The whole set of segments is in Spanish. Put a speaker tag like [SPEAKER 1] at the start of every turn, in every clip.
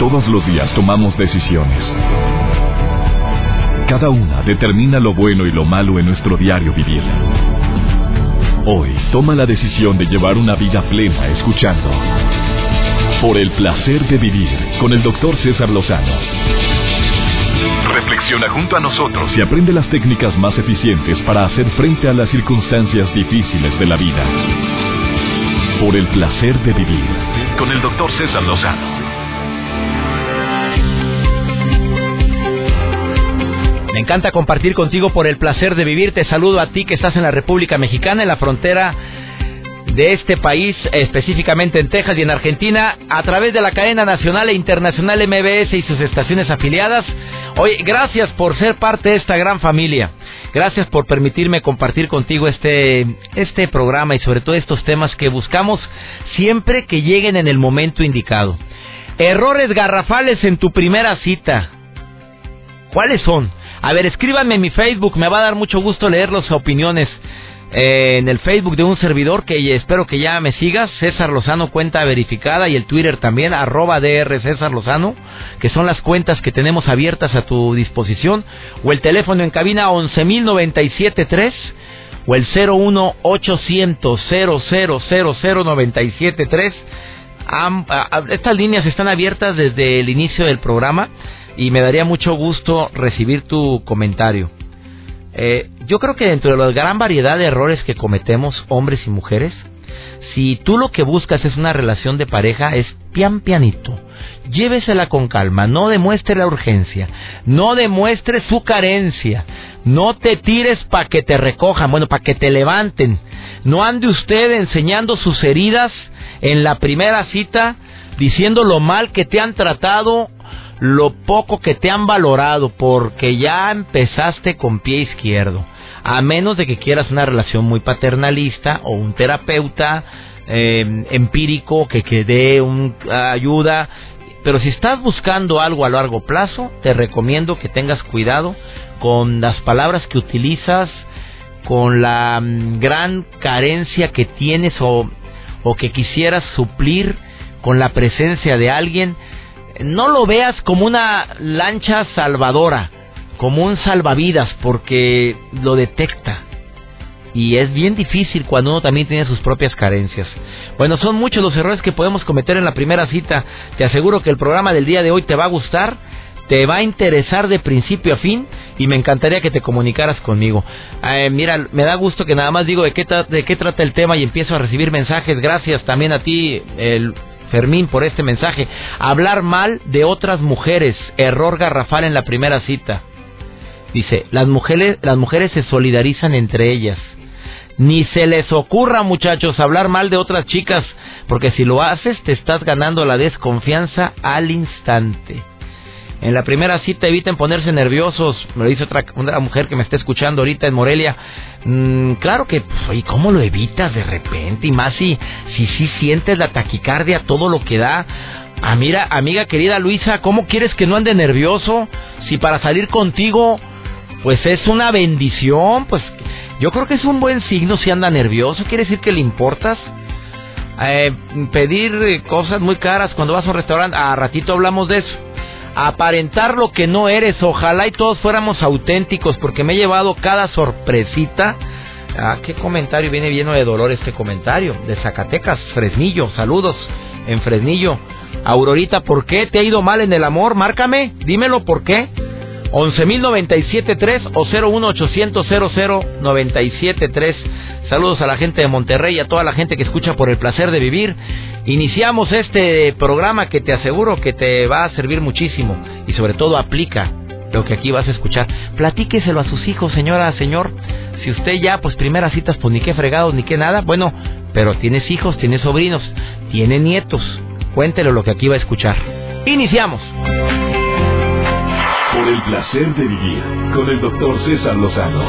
[SPEAKER 1] Todos los días tomamos decisiones. Cada una determina lo bueno y lo malo en nuestro diario vivir. Hoy toma la decisión de llevar una vida plena escuchando Por el placer de vivir con el Dr. César Lozano. Reflexiona junto a nosotros y aprende las técnicas más eficientes para hacer frente a las circunstancias difíciles de la vida. Por el placer de vivir con el Dr. César Lozano.
[SPEAKER 2] Me encanta compartir contigo Por el placer de vivir. Te saludo a ti que estás en la República Mexicana, en la frontera de este país, específicamente en Texas y en Argentina, a través de la cadena nacional e internacional MBS y sus estaciones afiliadas. Oye, gracias por ser parte de esta gran familia. Gracias por permitirme compartir contigo este programa y sobre todo estos temas que buscamos siempre que lleguen en el momento indicado. Errores garrafales en tu primera cita. ¿Cuáles son? A ver, escríbanme en mi Facebook, me va a dar mucho gusto leer las opiniones en el Facebook de un servidor que espero que ya me sigas, César Lozano, cuenta verificada, y el Twitter también, @DR César Lozano, que son las cuentas que tenemos abiertas a tu disposición, o el teléfono en cabina 11,097.3 o el 01800 Estas líneas están abiertas desde el inicio del programa y me daría mucho gusto recibir tu comentario. Yo creo que dentro de la gran variedad de errores que cometemos hombres y mujeres, si tú lo que buscas es una relación de pareja, es pianito. Llévesela con calma, no demuestre la urgencia, no demuestre su carencia, no te tires para que te recojan, para que te levanten. No ande usted enseñando sus heridas en la primera cita, diciendo lo mal que te han tratado, lo poco que te han valorado, porque ya empezaste con pie izquierdo. A menos de que quieras una relación muy paternalista o un terapeuta empírico que dé ayuda. Pero si estás buscando algo a largo plazo, te recomiendo que tengas cuidado con las palabras que utilizas, con la gran carencia que tienes o que quisieras suplir con la presencia de alguien. No lo veas como una lancha salvadora, como un salvavidas, porque lo detecta. Y es bien difícil cuando uno también tiene sus propias carencias. Bueno, son muchos los errores que podemos cometer en la primera cita. Te aseguro que el programa del día de hoy te va a gustar, te va a interesar de principio a fin, y me encantaría que te comunicaras conmigo. Mira, me da gusto que nada más digo de qué trata el tema y empiezo a recibir mensajes. Gracias también a ti, Fermín, por este mensaje. Hablar mal de otras mujeres, error garrafal en la primera cita. Dice, las mujeres se solidarizan entre ellas. Ni se les ocurra, muchachos, hablar mal de otras chicas, porque si lo haces te estás ganando la desconfianza al instante. En la primera cita eviten ponerse nerviosos. Me lo dice una mujer que me está escuchando ahorita en Morelia. Claro que, ¿y cómo lo evitas de repente? Y más si sientes la taquicardia, todo lo que da. Mira, amiga querida Luisa, ¿cómo quieres que no ande nervioso? Si para salir contigo, pues es una bendición. Pues yo creo que es un buen signo si anda nervioso. Quiere decir que le importas. Pedir cosas muy caras cuando vas a un restaurante, a ratito hablamos de eso. Aparentar lo que no eres. Ojalá y todos fuéramos auténticos, porque me he llevado cada sorpresita. Qué comentario, viene lleno de dolor este comentario. De Zacatecas, Fresnillo, saludos en Fresnillo. Aurorita, ¿por qué te ha ido mal en el amor? Márcame, dímelo por qué. 11,097.3 o 01800 Saludos a la gente de Monterrey y a toda la gente que escucha Por el placer de vivir. Iniciamos este programa que te aseguro que te va a servir muchísimo, y sobre todo aplica lo que aquí vas a escuchar. Platíqueselo a sus hijos, señora, señor. Si usted ya, pues primeras citas, pues ni qué fregados, ni qué nada. Bueno, pero tienes hijos, tienes sobrinos, tienes nietos. Cuéntelo lo que aquí va a escuchar. Iniciamos.
[SPEAKER 1] Por el placer de vivir con el Dr. César Lozano.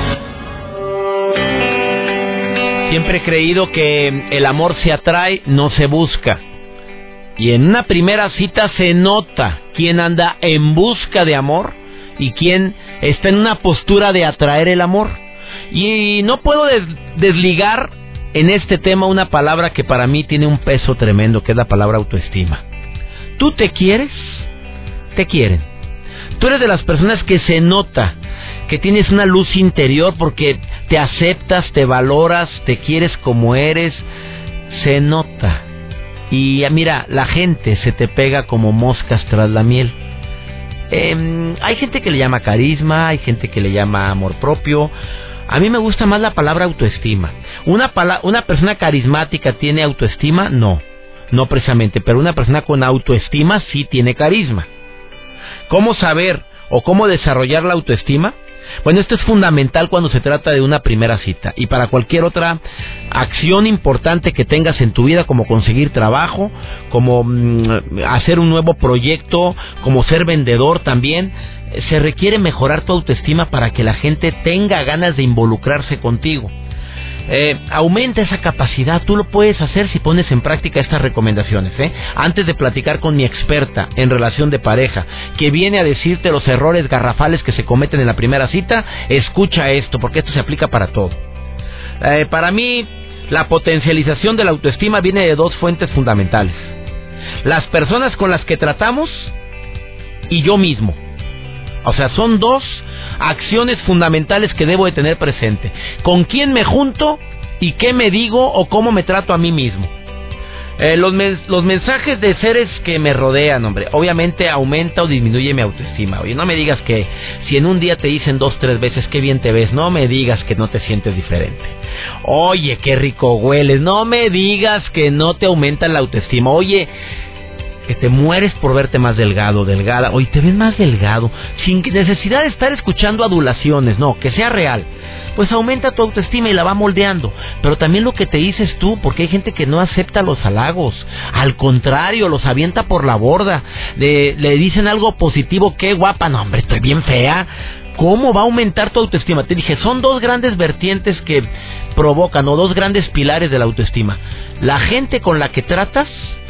[SPEAKER 2] Siempre he creído que el amor se atrae, no se busca. Y en una primera cita se nota quién anda en busca de amor y quién está en una postura de atraer el amor. Y no puedo desligar en este tema una palabra que para mí tiene un peso tremendo, que es la palabra autoestima. ¿Tú te quieres? te quieren. Tú eres de las personas que se nota que tienes una luz interior porque te aceptas, te valoras, te quieres como eres. Se nota. Y mira, la gente se te pega como moscas tras la miel. Hay gente que le llama carisma, hay gente que le llama amor propio. A mí me gusta más la palabra autoestima. ¿Una persona carismática tiene autoestima? No precisamente, pero una persona con autoestima sí tiene carisma. ¿Cómo saber o cómo desarrollar la autoestima? Bueno, esto es fundamental cuando se trata de una primera cita y para cualquier otra acción importante que tengas en tu vida, como conseguir trabajo, como hacer un nuevo proyecto, como ser vendedor también. Se requiere mejorar tu autoestima para que la gente tenga ganas de involucrarse contigo. Aumenta esa capacidad. Tú lo puedes hacer si pones en práctica estas recomendaciones. Antes de platicar con mi experta en relación de pareja, que viene a decirte los errores garrafales que se cometen en la primera cita, escucha esto, porque esto se aplica para todo. Para mí, la potencialización de la autoestima viene de dos fuentes fundamentales: las personas con las que tratamos y yo mismo. O sea, son dos acciones fundamentales que debo de tener presente: con quién me junto y qué me digo o cómo me trato a mí mismo. Los mensajes de seres que me rodean, hombre, obviamente aumenta o disminuye mi autoestima. Oye, no me digas que si en un día te dicen 2-3 veces qué bien te ves, no me digas que no te sientes diferente. Oye, qué rico hueles, no me digas que no te aumenta la autoestima. Oye, que te mueres por verte más delgado, delgada. Oye, te ves más delgado, sin necesidad de estar escuchando adulaciones, no, que sea real. Pues aumenta tu autoestima y la va moldeando. Pero también lo que te dices tú, porque hay gente que no acepta los halagos, al contrario, los avienta por la borda. Le dicen algo positivo: qué guapa, no hombre, estoy bien fea. ¿Cómo va a aumentar tu autoestima? Te dije, son dos grandes vertientes que provocan, o dos grandes pilares de la autoestima: la gente con la que tratas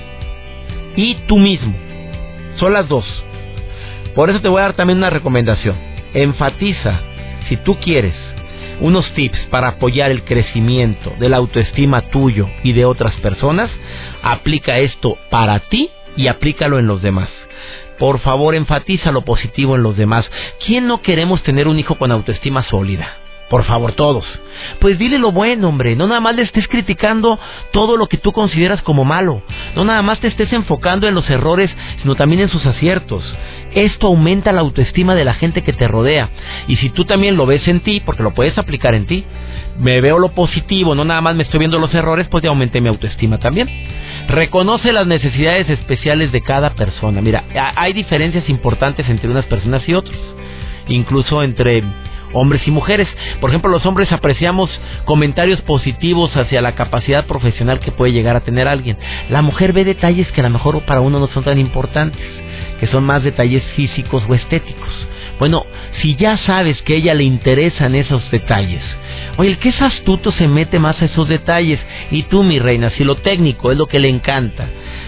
[SPEAKER 2] y tú mismo. Son las dos. Por eso te voy a dar también una recomendación. Enfatiza, si tú quieres, unos tips para apoyar el crecimiento de la autoestima tuyo y de otras personas. Aplica esto para ti y aplícalo en los demás. Por favor, enfatiza lo positivo en los demás. ¿Quién no queremos tener un hijo con autoestima sólida? Por favor, todos. Pues dile lo bueno, hombre. No nada más le estés criticando todo lo que tú consideras como malo. No nada más te estés enfocando en los errores, sino también en sus aciertos. Esto aumenta la autoestima de la gente que te rodea. Y si tú también lo ves en ti, porque lo puedes aplicar en ti, me veo lo positivo, no nada más me estoy viendo los errores, pues ya aumenté mi autoestima también. Reconoce las necesidades especiales de cada persona. Mira, hay diferencias importantes entre unas personas y otros, incluso entre hombres y mujeres. Por ejemplo, los hombres apreciamos comentarios positivos hacia la capacidad profesional que puede llegar a tener alguien. La mujer ve detalles que a lo mejor para uno no son tan importantes, que son más detalles físicos o estéticos. Bueno, si ya sabes que a ella le interesan esos detalles, oye, el que es astuto se mete más a esos detalles. Y tú, mi reina, si lo técnico es lo que le encanta,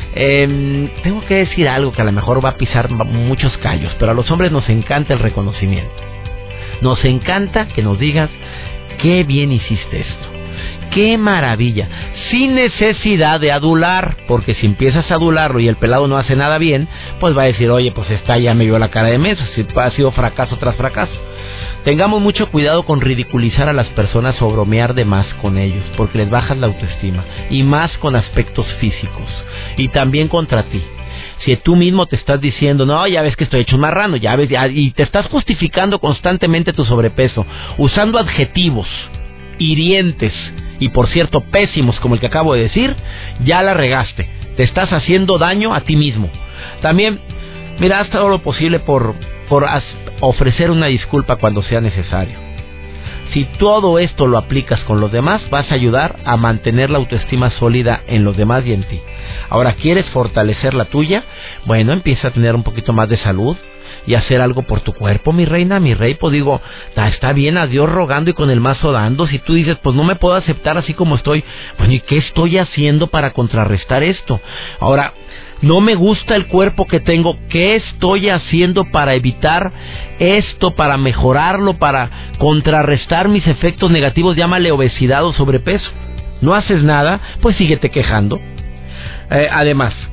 [SPEAKER 2] tengo que decir algo que a lo mejor va a pisar muchos callos, pero a los hombres nos encanta el reconocimiento. Nos encanta que nos digas: qué bien hiciste esto, qué maravilla, sin necesidad de adular, porque si empiezas a adularlo y el pelado no hace nada bien, pues va a decir: oye, pues esta ya me vio la cara de menso, si ha sido fracaso tras fracaso. Tengamos mucho cuidado con ridiculizar a las personas o bromear de más con ellos, porque les bajas la autoestima, y más con aspectos físicos, y también contra ti. Si tú mismo te estás diciendo: no, ya ves que estoy hecho un marrano, ya ves, y te estás justificando constantemente tu sobrepeso, usando adjetivos hirientes y, por cierto, pésimos, como el que acabo de decir, ya la regaste. Te estás haciendo daño a ti mismo. También, mira, haz todo lo posible por ofrecer una disculpa cuando sea necesario. Si todo esto lo aplicas con los demás, vas a ayudar a mantener la autoestima sólida en los demás y en ti. Ahora, ¿quieres fortalecer la tuya? Bueno, empieza a tener un poquito más de salud y hacer algo por tu cuerpo, mi reina, mi rey. Pues digo, está bien, a Dios rogando y con el mazo dando. Si tú dices: pues no me puedo aceptar así como estoy, bueno, ¿y qué estoy haciendo para contrarrestar esto? Ahora, no me gusta el cuerpo que tengo, ¿qué estoy haciendo para evitar esto, para mejorarlo, para contrarrestar mis efectos negativos? Llámale obesidad o sobrepeso. ¿No haces nada? Pues síguete quejando. Además,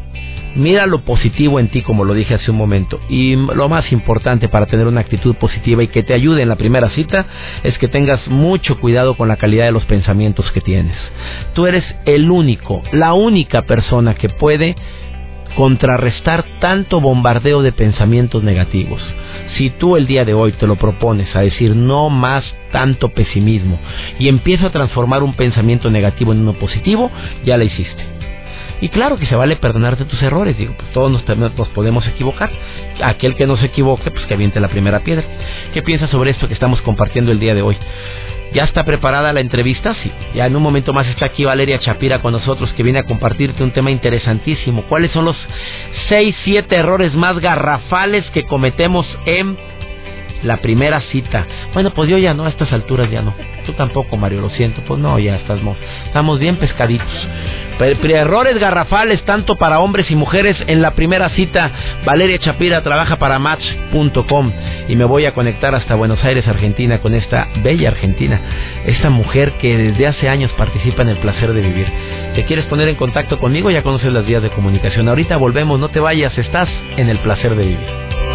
[SPEAKER 2] Mira lo positivo en ti, como lo dije hace un momento. Y lo más importante para tener una actitud positiva y que te ayude en la primera cita es que tengas mucho cuidado con la calidad de los pensamientos que tienes. Tú eres el único, la única persona que puede contrarrestar tanto bombardeo de pensamientos negativos. Si tú el día de hoy te lo propones a decir no más tanto pesimismo y empieza a transformar un pensamiento negativo en uno positivo, ya la hiciste. Y claro que se vale perdonarte tus errores, digo, pues todos nos podemos equivocar. Aquel que no se equivoque, pues que aviente la primera piedra. ¿Qué piensas sobre esto que estamos compartiendo el día de hoy? ¿Ya está preparada la entrevista? Sí. Ya en un momento más está aquí Valeria Chapira con nosotros, que viene a compartirte un tema interesantísimo. ¿Cuáles son los 6-7 errores más garrafales que cometemos en la primera cita? Bueno, pues yo ya no, a estas alturas ya no. Tú tampoco, Mario, lo siento. Pues no, ya estamos bien pescaditos. Errores garrafales tanto para hombres y mujeres en la primera cita. Valeria Chapira trabaja para Match.com y me voy a conectar hasta Buenos Aires, Argentina, con esta bella argentina, esta mujer que desde hace años participa en el placer de vivir. ¿Te quieres poner en contacto conmigo? Ya conoces las vías de comunicación. Ahorita volvemos, no te vayas, estás en el placer de vivir.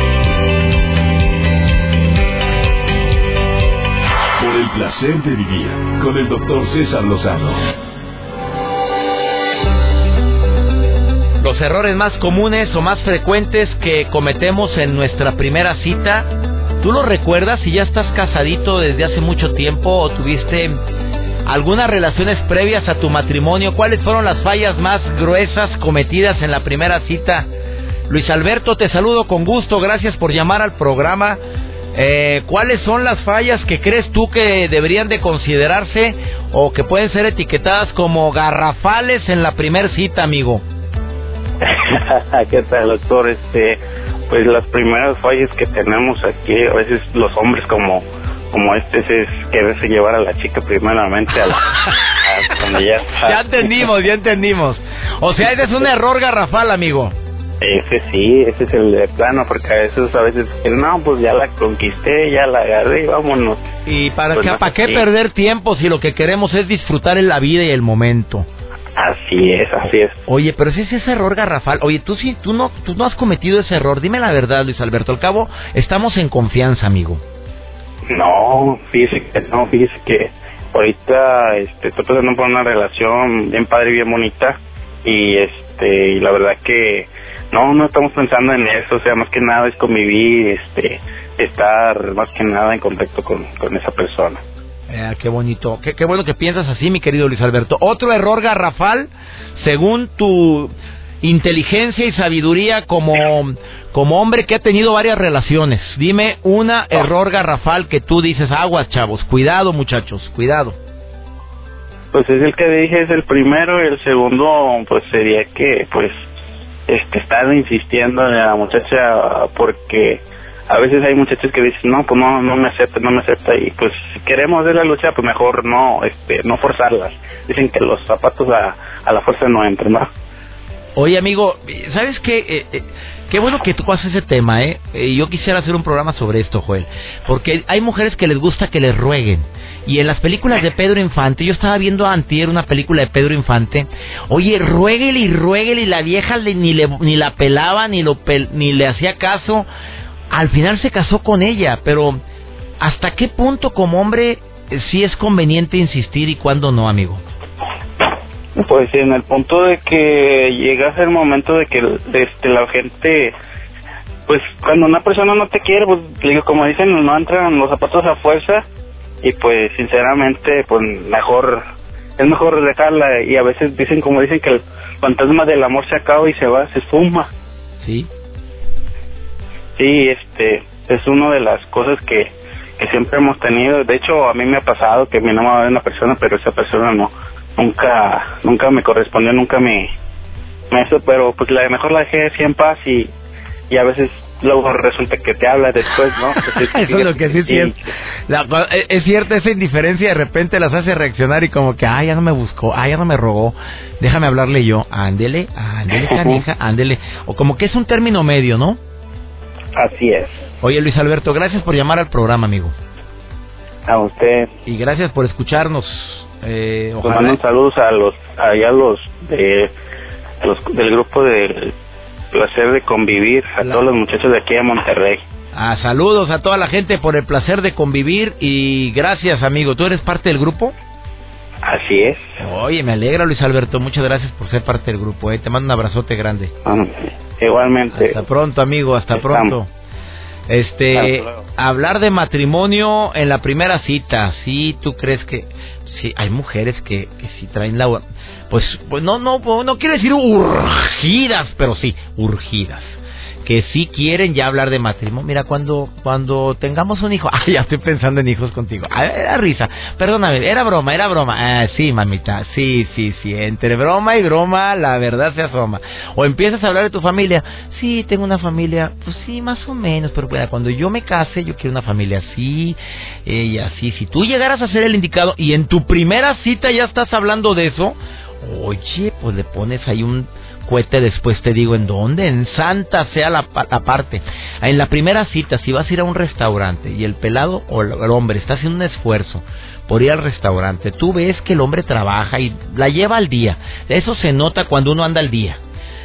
[SPEAKER 1] Por el placer de vivir con el Dr. César Lozano.
[SPEAKER 2] Los errores más comunes o más frecuentes que cometemos en nuestra primera cita, ¿tú los recuerdas si ya estás casadito desde hace mucho tiempo o tuviste algunas relaciones previas a tu matrimonio? ¿Cuáles fueron las fallas más gruesas cometidas en la primera cita? Luis Alberto, te saludo con gusto, gracias por llamar al programa. ¿Cuáles son las fallas que crees tú que deberían de considerarse o que pueden ser etiquetadas como garrafales en la primera cita, amigo?
[SPEAKER 3] ¿Qué tal, doctor? Pues las primeras fallas que tenemos aquí, a veces los hombres como es quererse llevar a la chica primeramente a cuando ya está.
[SPEAKER 2] Ya entendimos. O sea, ese es un error garrafal, amigo.
[SPEAKER 3] Ese es el de plano, porque a veces no, pues ya la conquisté, ya la agarré y vámonos.
[SPEAKER 2] ¿Y para
[SPEAKER 3] pues
[SPEAKER 2] qué perder tiempo si lo que queremos es disfrutar en la vida y el momento?
[SPEAKER 3] Así es.
[SPEAKER 2] Oye, pero ese es ese error garrafal. Oye, tú no has cometido ese error. Dime la verdad, Luis Alberto. Al cabo, estamos en confianza, amigo.
[SPEAKER 3] No, fíjese que ahorita estoy pasando por una relación bien padre y bien bonita y la verdad que no estamos pensando en eso. O sea, más que nada es convivir, estar más que nada en contacto con esa persona.
[SPEAKER 2] Qué bonito, qué bueno que piensas así, mi querido Luis Alberto. Otro error garrafal, según tu inteligencia y sabiduría como hombre que ha tenido varias relaciones. Dime error garrafal que tú dices, aguas, chavos, cuidado, muchachos, cuidado.
[SPEAKER 3] Pues es el que dije, es el primero, y el segundo pues sería que pues estar insistiendo en la muchacha, porque a veces hay muchachos que dicen no, pues no me acepta, y pues si queremos ver la lucha, pues mejor no forzarlas. Dicen que los zapatos a la fuerza no entran, ¿no?
[SPEAKER 2] Oye, amigo, ¿sabes qué? Qué bueno que tú haces ese tema, yo quisiera hacer un programa sobre esto, Joel, porque hay mujeres que les gusta que les rueguen. Y en las películas de Pedro Infante, yo estaba viendo antier una película de Pedro Infante. Oye, ruéguele, y la vieja ni la pelaba, ni le hacía caso. Al final se casó con ella, pero ¿hasta qué punto como hombre sí es conveniente insistir y cuándo no, amigo?
[SPEAKER 3] Pues en el punto de que llega a ser el momento de que la gente, pues cuando una persona no te quiere, pues digo, como dicen, no entran los zapatos a fuerza, y pues sinceramente pues es mejor dejarla. Y a veces dicen que el fantasma del amor se acaba y se va, se esfuma.
[SPEAKER 2] Sí.
[SPEAKER 3] Sí, es una de las cosas que siempre hemos tenido. De hecho, a mí me ha pasado que me enamoré de una persona, pero esa persona nunca me correspondió, nunca me eso, pero pues mejor la dejé así en paz, y a veces luego resulta que te habla después, ¿no? Pues
[SPEAKER 2] eso es lo que sí es cierto. Es cierto, esa indiferencia de repente las hace reaccionar y como que, ya no me buscó, ya no me rogó, déjame hablarle yo, ándele, canija, ándele. O como que es un término medio, ¿no?
[SPEAKER 3] Así es.
[SPEAKER 2] Oye, Luis Alberto, gracias por llamar al programa, amigo.
[SPEAKER 3] A usted.
[SPEAKER 2] Y gracias por escucharnos.
[SPEAKER 3] Ojalá. Mando saludos a los del grupo del placer de convivir, a todos los muchachos de aquí de Monterrey.
[SPEAKER 2] Saludos a toda la gente por el placer de convivir y gracias, amigo. ¿Tú eres parte del grupo?
[SPEAKER 3] Así es.
[SPEAKER 2] Oye, me alegra, Luis Alberto. Muchas gracias por ser parte del grupo. Te mando un abrazote grande.
[SPEAKER 3] Igualmente.
[SPEAKER 2] Hasta pronto, amigo. Hasta pronto. Hablar de matrimonio en la primera cita. ¿Sí tú crees que sí hay mujeres que sí traen la pues no quiero decir urgidas, pero sí urgidas, que sí quieren ya hablar de matrimonio? Mira, cuando tengamos un hijo, ya estoy pensando en hijos contigo. Era risa, perdóname, era broma. Sí, mamita, sí, entre broma y broma la verdad se asoma. O empiezas a hablar de tu familia. Sí, tengo una familia, pues sí, más o menos, pero bueno, cuando yo me case, yo quiero una familia así, y así. Si tú llegaras a ser el indicado y en tu primera cita ya estás hablando de eso, oye, pues le pones ahí un cohete, después te digo en dónde, en Santa sea la parte. En la primera cita, si vas a ir a un restaurante y el pelado o el hombre está haciendo un esfuerzo por ir al restaurante, tú ves que el hombre trabaja y la lleva al día. Eso se nota cuando uno anda al día.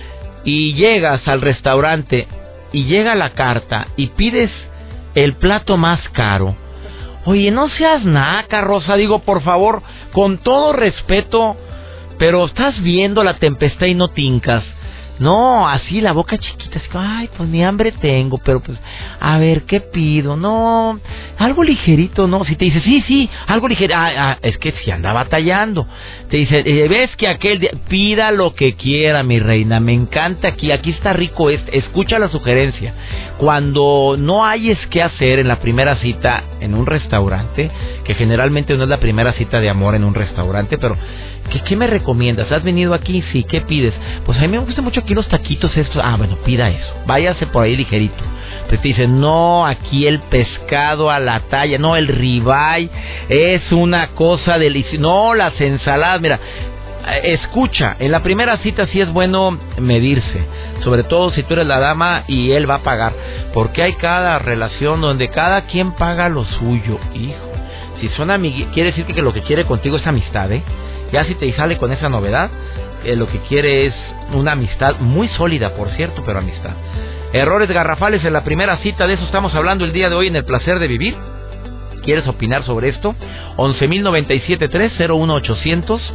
[SPEAKER 2] Y llegas al restaurante y llega la carta y pides el plato más caro. Oye, no seas naca, Rosa, digo, por favor, con todo respeto, pero estás viendo la tempestad y no tincas. No, así la boca chiquita, así, ay, pues ni hambre tengo, pero pues, a ver, ¿qué pido? No, algo ligerito, ¿no? Si te dice, sí, algo ligero, es que si anda batallando. Te dice, ves que aquel día, pida lo que quiera, mi reina, me encanta aquí está rico, escucha la sugerencia. Cuando no hayes qué hacer en la primera cita en un restaurante, que generalmente no es la primera cita de amor en un restaurante, pero ¿qué me recomiendas? ¿Has venido aquí? Sí, ¿qué pides? Pues a mí me gustan mucho aquí los taquitos estos. Bueno, pida eso. Váyase por ahí ligerito. Pero te dicen, no, aquí el pescado a la talla. No, el ribeye es una cosa deliciosa. No, las ensaladas, mira. Escucha, en la primera cita sí es bueno medirse. Sobre todo si tú eres la dama y él va a pagar. Porque hay cada relación donde cada quien paga lo suyo. Hijo, si son amiguitos, quiere decir que lo que quiere contigo es amistad, ¿eh? Ya si te sale con esa novedad, lo que quiere es una amistad muy sólida, por cierto, pero amistad. Errores garrafales en la primera cita, de eso estamos hablando el día de hoy en El Placer de Vivir. ¿Quieres opinar sobre esto? 11.097.3, 01800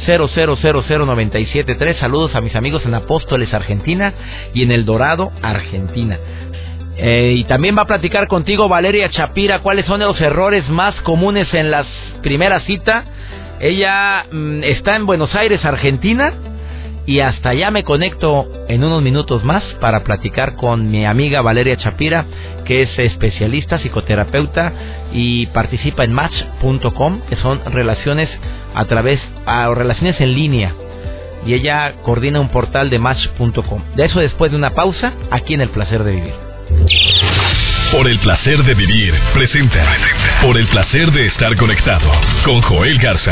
[SPEAKER 2] 000097.3. Saludos a mis amigos en Apóstoles, Argentina, y en El Dorado, Argentina. Y también va a platicar contigo Valeria Chapira cuáles son los errores más comunes en las primeras citas. Ella está en Buenos Aires, Argentina, y hasta allá me conecto en unos minutos más para platicar con mi amiga Valeria Chapira, que es especialista, psicoterapeuta, y participa en Match.com, que son relaciones relaciones en línea, y ella coordina un portal de Match.com. De eso después de una pausa, aquí en El Placer de Vivir.
[SPEAKER 1] Por el placer de vivir, presenta Por el placer de estar conectado con Joel Garza.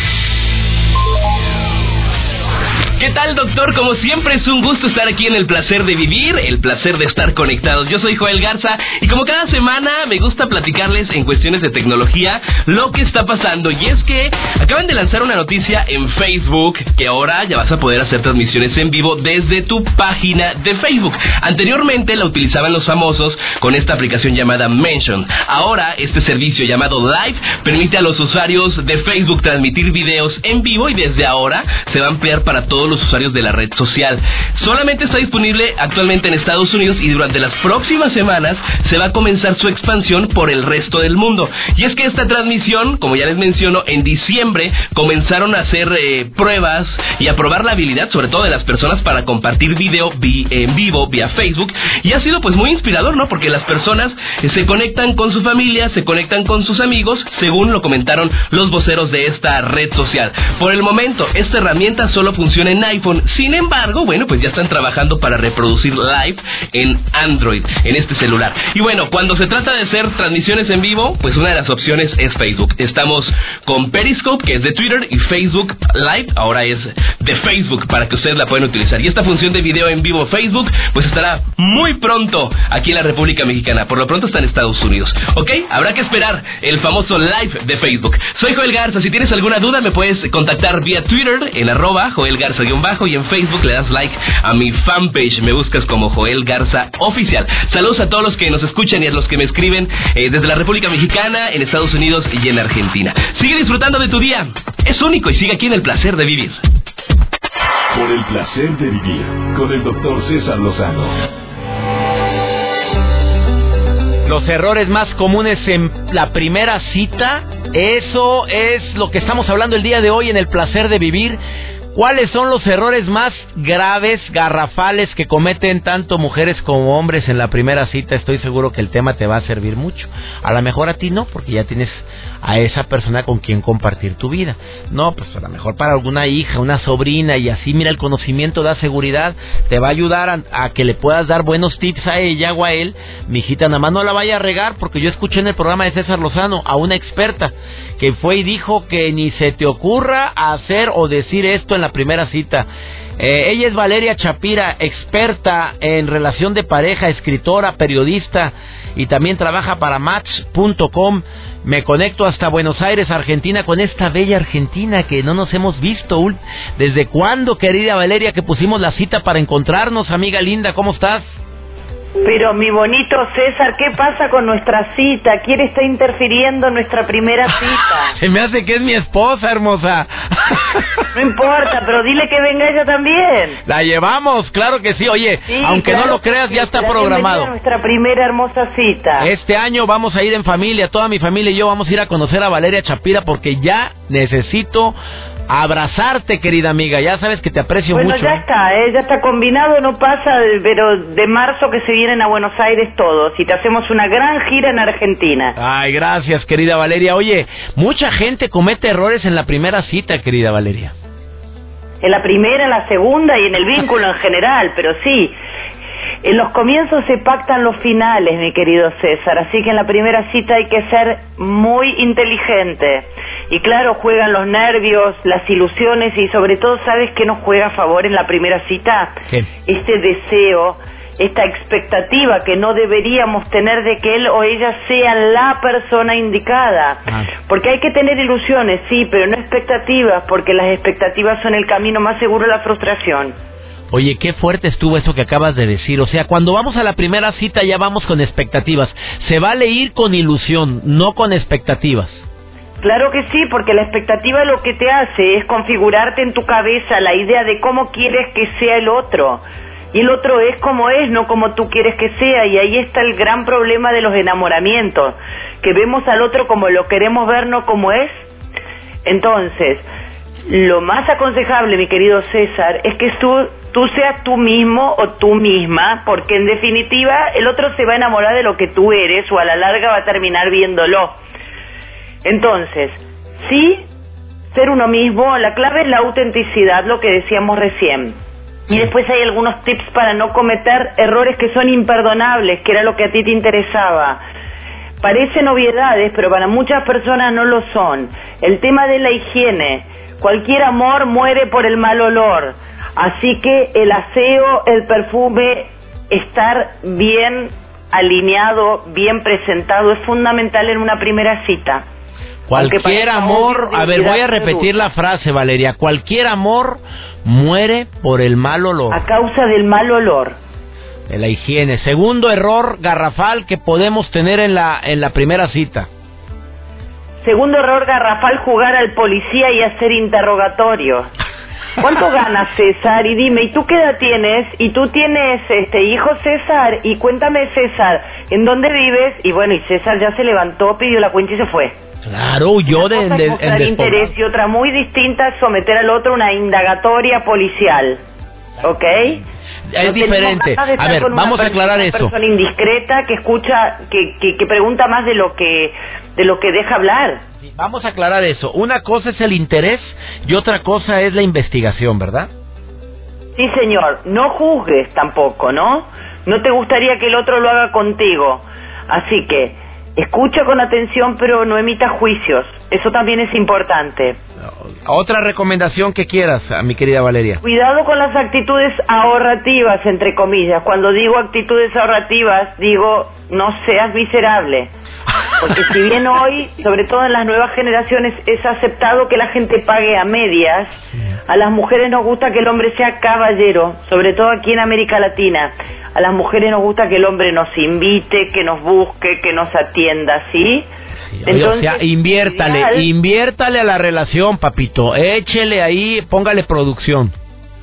[SPEAKER 4] ¿Qué tal, doctor? Como siempre es un gusto estar aquí en El Placer de Vivir, el placer de estar conectados. Yo soy Joel Garza y como cada semana me gusta platicarles en cuestiones de tecnología lo que está pasando. Y es que acaban de lanzar una noticia en Facebook que ahora ya vas a poder hacer transmisiones en vivo desde tu página de Facebook. Anteriormente la utilizaban los famosos con esta aplicación llamada Mention. Ahora este servicio llamado Live permite a los usuarios de Facebook transmitir videos en vivo y desde ahora se va a ampliar para todos los usuarios de la red social. Solamente está disponible actualmente en Estados Unidos y durante las próximas semanas se va a comenzar su expansión por el resto del mundo. Y es que esta transmisión, como ya les menciono, en diciembre comenzaron a hacer pruebas y a probar la habilidad, sobre todo de las personas, para compartir video en vivo vía Facebook. Y ha sido pues muy inspirador, ¿no? Porque las personas se conectan con su familia, se conectan con sus amigos, según lo comentaron los voceros de esta red social. Por el momento, esta herramienta solo funciona en iPhone. Sin embargo, bueno, pues ya están trabajando para reproducir Live en Android, en este celular. Y bueno, cuando se trata de hacer transmisiones en vivo, pues una de las opciones es Facebook. Estamos con Periscope, que es de Twitter, y Facebook Live ahora es de Facebook, para que ustedes la puedan utilizar. Y esta función de video en vivo Facebook, pues estará muy pronto aquí en la República Mexicana. Por lo pronto está en Estados Unidos. ¿Ok? Habrá que esperar el famoso Live de Facebook. Soy Joel Garza. Si tienes alguna duda, me puedes contactar vía Twitter en @Joel Garza-. Garza-bajo y en Facebook le das like a mi fanpage. Me buscas como Joel Garza Oficial. Saludos a todos los que nos escuchan y a los que me escriben desde la República Mexicana, en Estados Unidos y en Argentina. Sigue disfrutando de tu día. Es único y sigue aquí en El Placer de Vivir.
[SPEAKER 1] Por el placer de vivir con el Dr. César Lozano.
[SPEAKER 2] Los errores más comunes en la primera cita, eso es lo que estamos hablando el día de hoy en El Placer de Vivir. ¿Cuáles son los errores más graves, garrafales que cometen tanto mujeres como hombres en la primera cita? Estoy seguro que el tema te va a servir mucho. A lo mejor a ti no, porque ya tienes a esa persona con quien compartir tu vida. No, pues a lo mejor para alguna hija, una sobrina, y así, mira, el conocimiento da seguridad, te va a ayudar a que le puedas dar buenos tips a ella o a él. Mijita, nada más no la vaya a regar, porque yo escuché en el programa de César Lozano a una experta que fue y dijo que ni se te ocurra hacer o decir esto en la primera cita. Ella es Valeria Chapira, experta en relación de pareja, escritora, periodista, y también trabaja para Match.com. Me conecto hasta Buenos Aires, Argentina, con esta bella Argentina que no nos hemos visto. ¿Desde cuándo, querida Valeria, que pusimos la cita para encontrarnos? Amiga linda, ¿cómo estás?
[SPEAKER 5] Pero mi bonito César, ¿qué pasa con nuestra cita? ¿Quién está interfiriendo en nuestra primera cita?
[SPEAKER 2] Se me hace que es mi esposa, hermosa.
[SPEAKER 5] No importa, pero dile que venga ella también.
[SPEAKER 2] La llevamos, claro que sí. Oye, sí, aunque claro, no lo creas, ya está programado.
[SPEAKER 5] Nuestra primera hermosa cita.
[SPEAKER 2] Este año vamos a ir en familia, toda mi familia y yo vamos a ir a conocer a Valeria Chapira porque ya necesito abrazarte, querida amiga. Ya sabes que te aprecio mucho.
[SPEAKER 5] Bueno, ya está combinado, no pasa, pero de marzo que se vienen a Buenos Aires todos y te hacemos una gran gira en Argentina.
[SPEAKER 2] Ay, gracias, querida Valeria. Oye, mucha gente comete errores en la primera cita, querida Valeria.
[SPEAKER 5] En la primera, en la segunda y en el vínculo en general, pero sí, en los comienzos se pactan los finales, mi querido César, así que en la primera cita hay que ser muy inteligente. Y claro, juegan los nervios, las ilusiones y sobre todo, ¿sabes qué nos juega a favor en la primera cita?
[SPEAKER 2] ¿Qué?
[SPEAKER 5] Este deseo, esta expectativa que no deberíamos tener de que él o ella sea la persona indicada. Porque hay que tener ilusiones, sí, pero no expectativas, porque las expectativas son el camino más seguro a la frustración.
[SPEAKER 2] Oye, qué fuerte estuvo eso que acabas de decir. O sea, cuando vamos a la primera cita ya vamos con expectativas. Se vale ir con ilusión, no con expectativas.
[SPEAKER 5] Claro que sí, porque la expectativa lo que te hace es configurarte en tu cabeza la idea de cómo quieres que sea el otro. Y el otro es como es, no como tú quieres que sea. Y ahí está el gran problema de los enamoramientos, que vemos al otro como lo queremos ver, no como es. Entonces, lo más aconsejable, mi querido César, es que tú seas tú mismo o tú misma, porque en definitiva el otro se va a enamorar de lo que tú eres o a la larga va a terminar viéndolo. Entonces, sí, ser uno mismo, la clave es la autenticidad, lo que decíamos recién. Y después hay algunos tips para no cometer errores que son imperdonables, que era lo que a ti te interesaba. Parecen obviedades, pero para muchas personas no lo son. El tema de la higiene. Cualquier amor muere por el mal olor. Así que el aseo, el perfume, estar bien alineado, bien presentado, es fundamental en una primera cita.
[SPEAKER 2] Cualquier amor, a ver, voy a repetir la frase, Valeria. Cualquier amor muere por el mal olor.
[SPEAKER 5] A causa del mal olor.
[SPEAKER 2] De la higiene. Segundo error garrafal que podemos tener en la primera cita.
[SPEAKER 5] Segundo error garrafal, jugar al policía y hacer interrogatorio. ¿Cuánto ganas, César? Y dime, ¿y tú qué edad tienes? ¿Y tú tienes hijo, César? Y cuéntame, César, ¿en dónde vives? Y bueno, y César ya se levantó, pidió la cuenta y se fue.
[SPEAKER 2] Claro, yo de
[SPEAKER 5] interés y otra muy distinta es someter al otro a una indagatoria policial. ¿Ok?
[SPEAKER 2] Es diferente. A ver, vamos a aclarar eso.
[SPEAKER 5] Una persona indiscreta que escucha, que pregunta más de lo que deja hablar.
[SPEAKER 2] Sí, vamos a aclarar eso. Una cosa es el interés y otra cosa es la investigación, ¿verdad?
[SPEAKER 5] Sí, señor. No juzgues tampoco, ¿no? No te gustaría que el otro lo haga contigo. Así que escucha con atención, pero no emita juicios. Eso también es importante.
[SPEAKER 2] Otra recomendación que quieras, mi querida Valeria.
[SPEAKER 5] Cuidado con las actitudes ahorrativas, entre comillas. Cuando digo actitudes ahorrativas, digo, no seas miserable. Porque si bien hoy, sobre todo en las nuevas generaciones, es aceptado que la gente pague a medias, a las mujeres nos gusta que el hombre sea caballero, sobre todo aquí en América Latina. A las mujeres nos gusta que el hombre nos invite, que nos busque, que nos atienda, ¿sí?
[SPEAKER 2] Entonces, o sea, inviértale a la relación, papito. Échele ahí, póngale producción.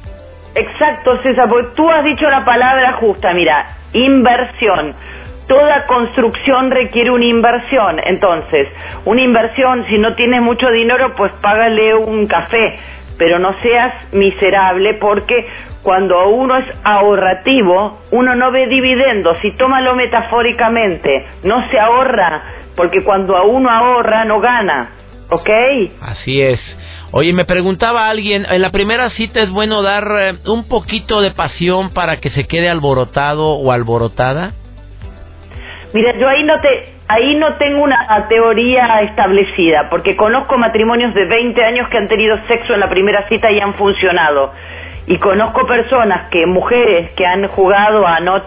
[SPEAKER 5] Exacto, César, porque tú has dicho la palabra justa, mira, inversión. Toda construcción requiere una inversión. Entonces, una inversión, si no tienes mucho dinero, pues págale un café, pero no seas miserable, porque cuando uno es ahorrativo, uno no ve dividendos. Y tómalo metafóricamente, no se ahorra, porque cuando a uno ahorra no gana, ¿ok?
[SPEAKER 2] Así es. Oye, me preguntaba alguien, en la primera cita es bueno dar un poquito de pasión para que se quede alborotado o alborotada.
[SPEAKER 5] Mira, yo ahí no tengo una teoría establecida, porque conozco matrimonios de 20 años que han tenido sexo en la primera cita y han funcionado. Y conozco personas mujeres que han jugado a no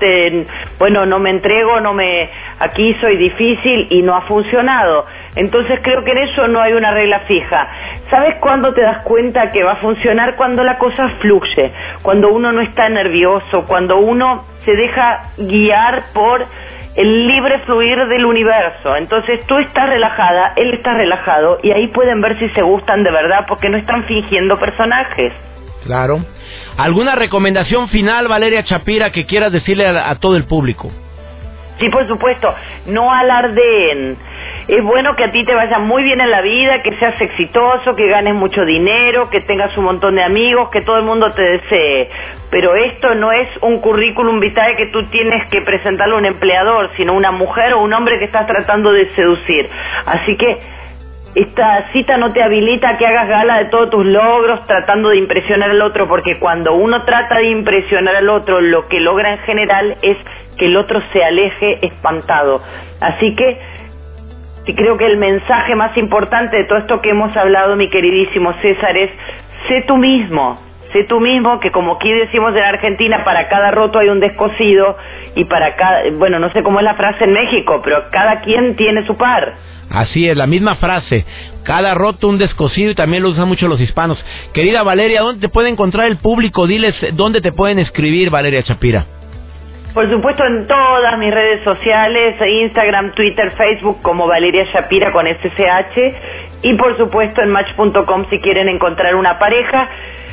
[SPEAKER 5] me entrego, aquí soy difícil, y no ha funcionado. Entonces creo que en eso no hay una regla fija. ¿Sabes cuándo te das cuenta que va a funcionar? Cuando la cosa fluye, cuando uno no está nervioso, cuando uno se deja guiar por el libre fluir del universo. Entonces tú estás relajada, él está relajado, y ahí pueden ver si se gustan de verdad, porque no están fingiendo personajes.
[SPEAKER 2] Claro. ¿Alguna recomendación final, Valeria Chapira, que quieras decirle a todo el público?
[SPEAKER 5] Sí, por supuesto, no alardeen. Es bueno que a ti te vaya muy bien en la vida, que seas exitoso, que ganes mucho dinero, que tengas un montón de amigos, que todo el mundo te desee. Pero esto no es un currículum vitae que tú tienes que presentarle a un empleador, sino una mujer o un hombre que estás tratando de seducir. Así que esta cita no te habilita a que hagas gala de todos tus logros tratando de impresionar al otro, porque cuando uno trata de impresionar al otro, lo que logra en general es que el otro se aleje espantado. Así que sí, creo que el mensaje más importante de todo esto que hemos hablado, mi queridísimo César, es sé tú mismo, que como aquí decimos en Argentina, para cada roto hay un descosido, y para cada, bueno, no sé cómo es la frase en México, pero cada quien tiene su par.
[SPEAKER 2] Así es, la misma frase, cada roto un descosido, y también lo usan mucho los hispanos. Querida Valeria, ¿dónde te puede encontrar el público? Diles dónde te pueden escribir, Valeria Chapira.
[SPEAKER 5] Por supuesto, en todas mis redes sociales, Instagram, Twitter, Facebook, como Valeria Chapira con SSH, y por supuesto en Match.com si quieren encontrar una pareja.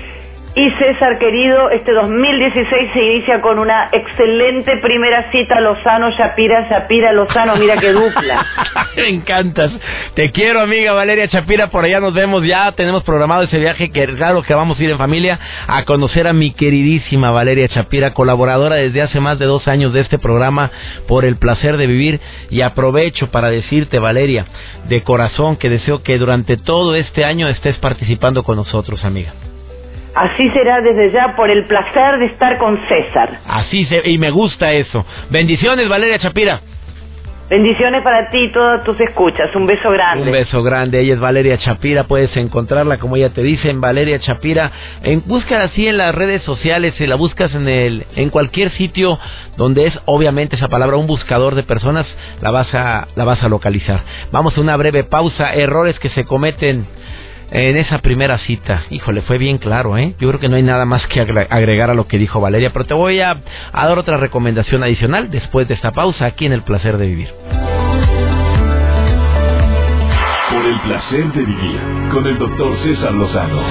[SPEAKER 5] Y César querido, este 2016 se inicia con una excelente primera cita, Lozano, Chapira, Lozano, mira qué dupla.
[SPEAKER 2] Me encantas, te quiero, amiga Valeria Chapira, por allá nos vemos, ya tenemos programado ese viaje, que claro que vamos a ir en familia a conocer a mi queridísima Valeria Chapira, colaboradora desde hace más de 2 años de este programa Por el Placer de Vivir. Y aprovecho para decirte, Valeria, de corazón, que deseo que durante todo este año estés participando con nosotros, amiga.
[SPEAKER 5] Así será desde ya, por el placer de estar con César.
[SPEAKER 2] Y me gusta eso. Bendiciones, Valeria Chapira.
[SPEAKER 5] Bendiciones para ti y todos tus escuchas. Un beso grande.
[SPEAKER 2] Un beso grande. Ella es Valeria Chapira. Puedes encontrarla, como ella te dice, en Valeria Chapira. Búscala así en las redes sociales. Si la buscas en cualquier sitio donde es obviamente esa palabra un buscador de personas, la vas a localizar. Vamos a una breve pausa. Errores que se cometen en esa primera cita. Híjole, fue bien claro, ¿eh? Yo creo que no hay nada más que agregar a lo que dijo Valeria, pero te voy a dar otra recomendación adicional después de esta pausa, aquí en El Placer de Vivir.
[SPEAKER 1] Por el Placer de Vivir, con el Dr. César Lozano.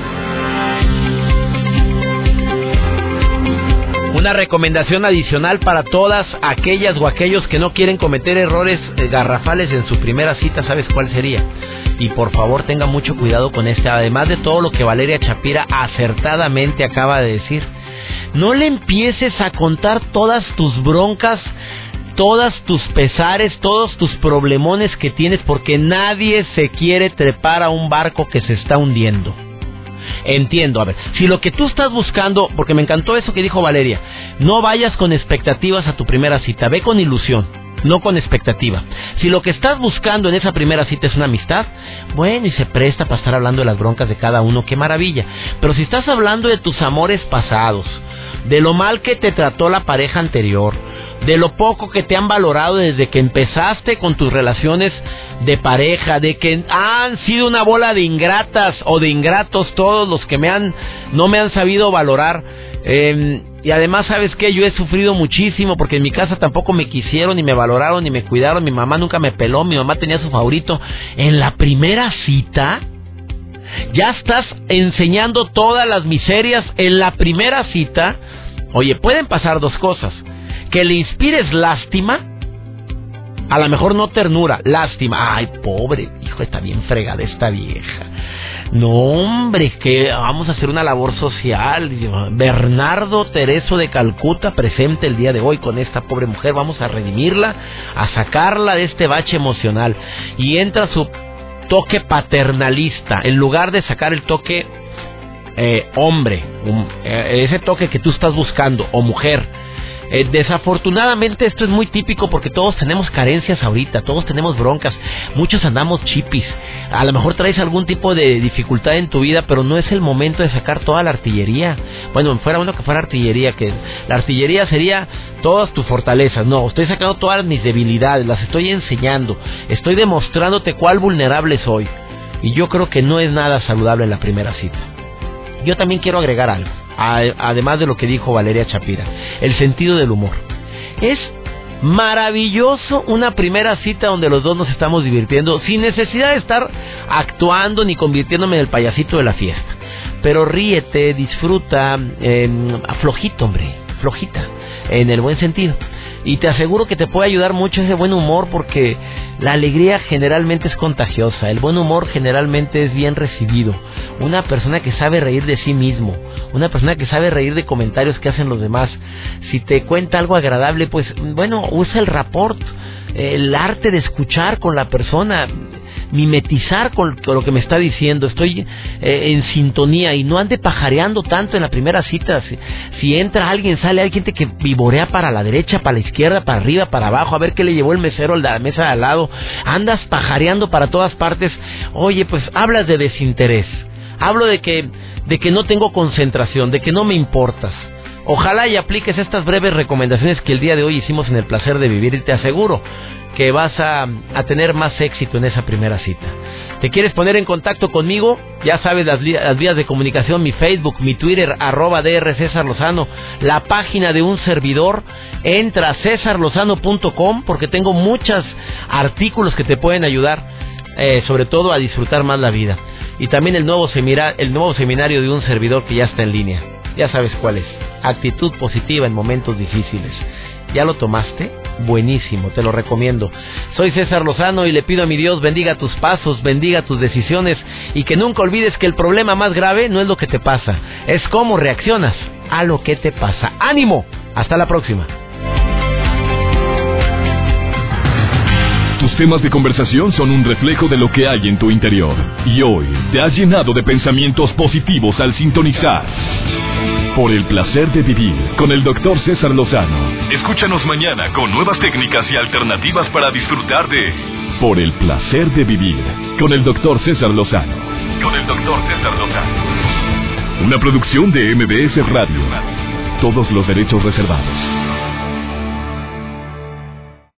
[SPEAKER 2] Una recomendación adicional para todas aquellas o aquellos que no quieren cometer errores garrafales en su primera cita. ¿Sabes cuál sería? Y por favor tenga mucho cuidado con además de todo lo que Valeria Chapira acertadamente acaba de decir. No le empieces a contar todas tus broncas, todas tus pesares, todos tus problemones que tienes, porque nadie se quiere trepar a un barco que se está hundiendo. Entiendo, a ver, si lo que tú estás buscando, porque me encantó eso que dijo Valeria, no vayas con expectativas a tu primera cita, ve con ilusión, no con expectativa. Si lo que estás buscando en esa primera cita es una amistad, bueno, y se presta para estar hablando de las broncas de cada uno, qué maravilla. Pero si estás hablando de tus amores pasados, de lo mal que te trató la pareja anterior, de lo poco que te han valorado desde que empezaste con tus relaciones de pareja, de que han sido una bola de ingratas o de ingratos todos los que no me han sabido valorar. Y además, ¿sabes qué? Yo he sufrido muchísimo porque en mi casa tampoco me quisieron, ni me valoraron, ni me cuidaron. Mi mamá nunca me peló, mi mamá tenía su favorito. En la primera cita ya estás enseñando todas las miserias. En la primera cita, oye, pueden pasar dos cosas: que le inspires lástima, a lo mejor no ternura, lástima. Ay, pobre, hijo, está bien fregada esta vieja. No, hombre, que vamos a hacer una labor social. Bernardo Tereso de Calcuta presente el día de hoy con esta pobre mujer. Vamos a redimirla, a sacarla de este bache emocional. Y entra su toque paternalista, en lugar de sacar el toque hombre, ese toque que tú estás buscando, o mujer. Desafortunadamente esto es muy típico porque todos tenemos carencias ahorita, todos tenemos broncas, muchos andamos chipis. A lo mejor traes algún tipo de dificultad en tu vida, pero no es el momento de sacar toda la artillería. Bueno, fuera bueno que fuera artillería, que la artillería sería todas tus fortalezas. No, estoy sacando todas mis debilidades, las estoy enseñando, estoy demostrándote cuál vulnerable soy. Y yo creo que no es nada saludable en la primera cita. Yo también quiero agregar algo, además de lo que dijo Valeria Chapira: el sentido del humor. Es maravilloso una primera cita donde los dos nos estamos divirtiendo sin necesidad de estar actuando ni convirtiéndome en el payasito de la fiesta. Pero ríete, disfruta, flojito, hombre, flojita, en el buen sentido. Y te aseguro que te puede ayudar mucho ese buen humor, porque la alegría generalmente es contagiosa, el buen humor generalmente es bien recibido. Una persona que sabe reír de sí mismo, una persona que sabe reír de comentarios que hacen los demás, si te cuenta algo agradable, pues bueno, usa el rapport, el arte de escuchar con la persona, mimetizar con lo que me está diciendo. Estoy en sintonía, y no ande pajareando tanto en la primera cita. Si entra alguien, sale alguien que vivorea para la derecha, para la izquierda, para arriba, para abajo, a ver qué le llevó el mesero a la mesa de al lado. Andas pajareando para todas partes. Oye, pues hablas de desinterés. Hablo de que no tengo concentración, de que no me importas. Ojalá y apliques estas breves recomendaciones que el día de hoy hicimos en El Placer de Vivir, y te aseguro que vas a tener más éxito en esa primera cita. ¿Te quieres poner en contacto conmigo? Ya sabes las vías de comunicación: mi Facebook, mi Twitter, @Dr. César Lozano, la página de un servidor. Entra a cesarlozano.com porque tengo muchos artículos que te pueden ayudar, sobre todo a disfrutar más la vida. Y también el nuevo seminario de un servidor que ya está en línea. Ya sabes cuál es: actitud positiva en momentos difíciles. ¿Ya lo tomaste? Buenísimo, te lo recomiendo. Soy César Lozano y le pido a mi Dios bendiga tus pasos, bendiga tus decisiones, y que nunca olvides que el problema más grave no es lo que te pasa, es cómo reaccionas a lo que te pasa. ¡Ánimo! Hasta la próxima.
[SPEAKER 1] Tus temas de conversación son un reflejo de lo que hay en tu interior. Y hoy te has llenado de pensamientos positivos al sintonizar Por el Placer de Vivir con el Dr. César Lozano. Escúchanos mañana con nuevas técnicas y alternativas para disfrutar de Por el Placer de Vivir con el Dr. César Lozano. Una producción de MBS Radio. Todos los derechos reservados.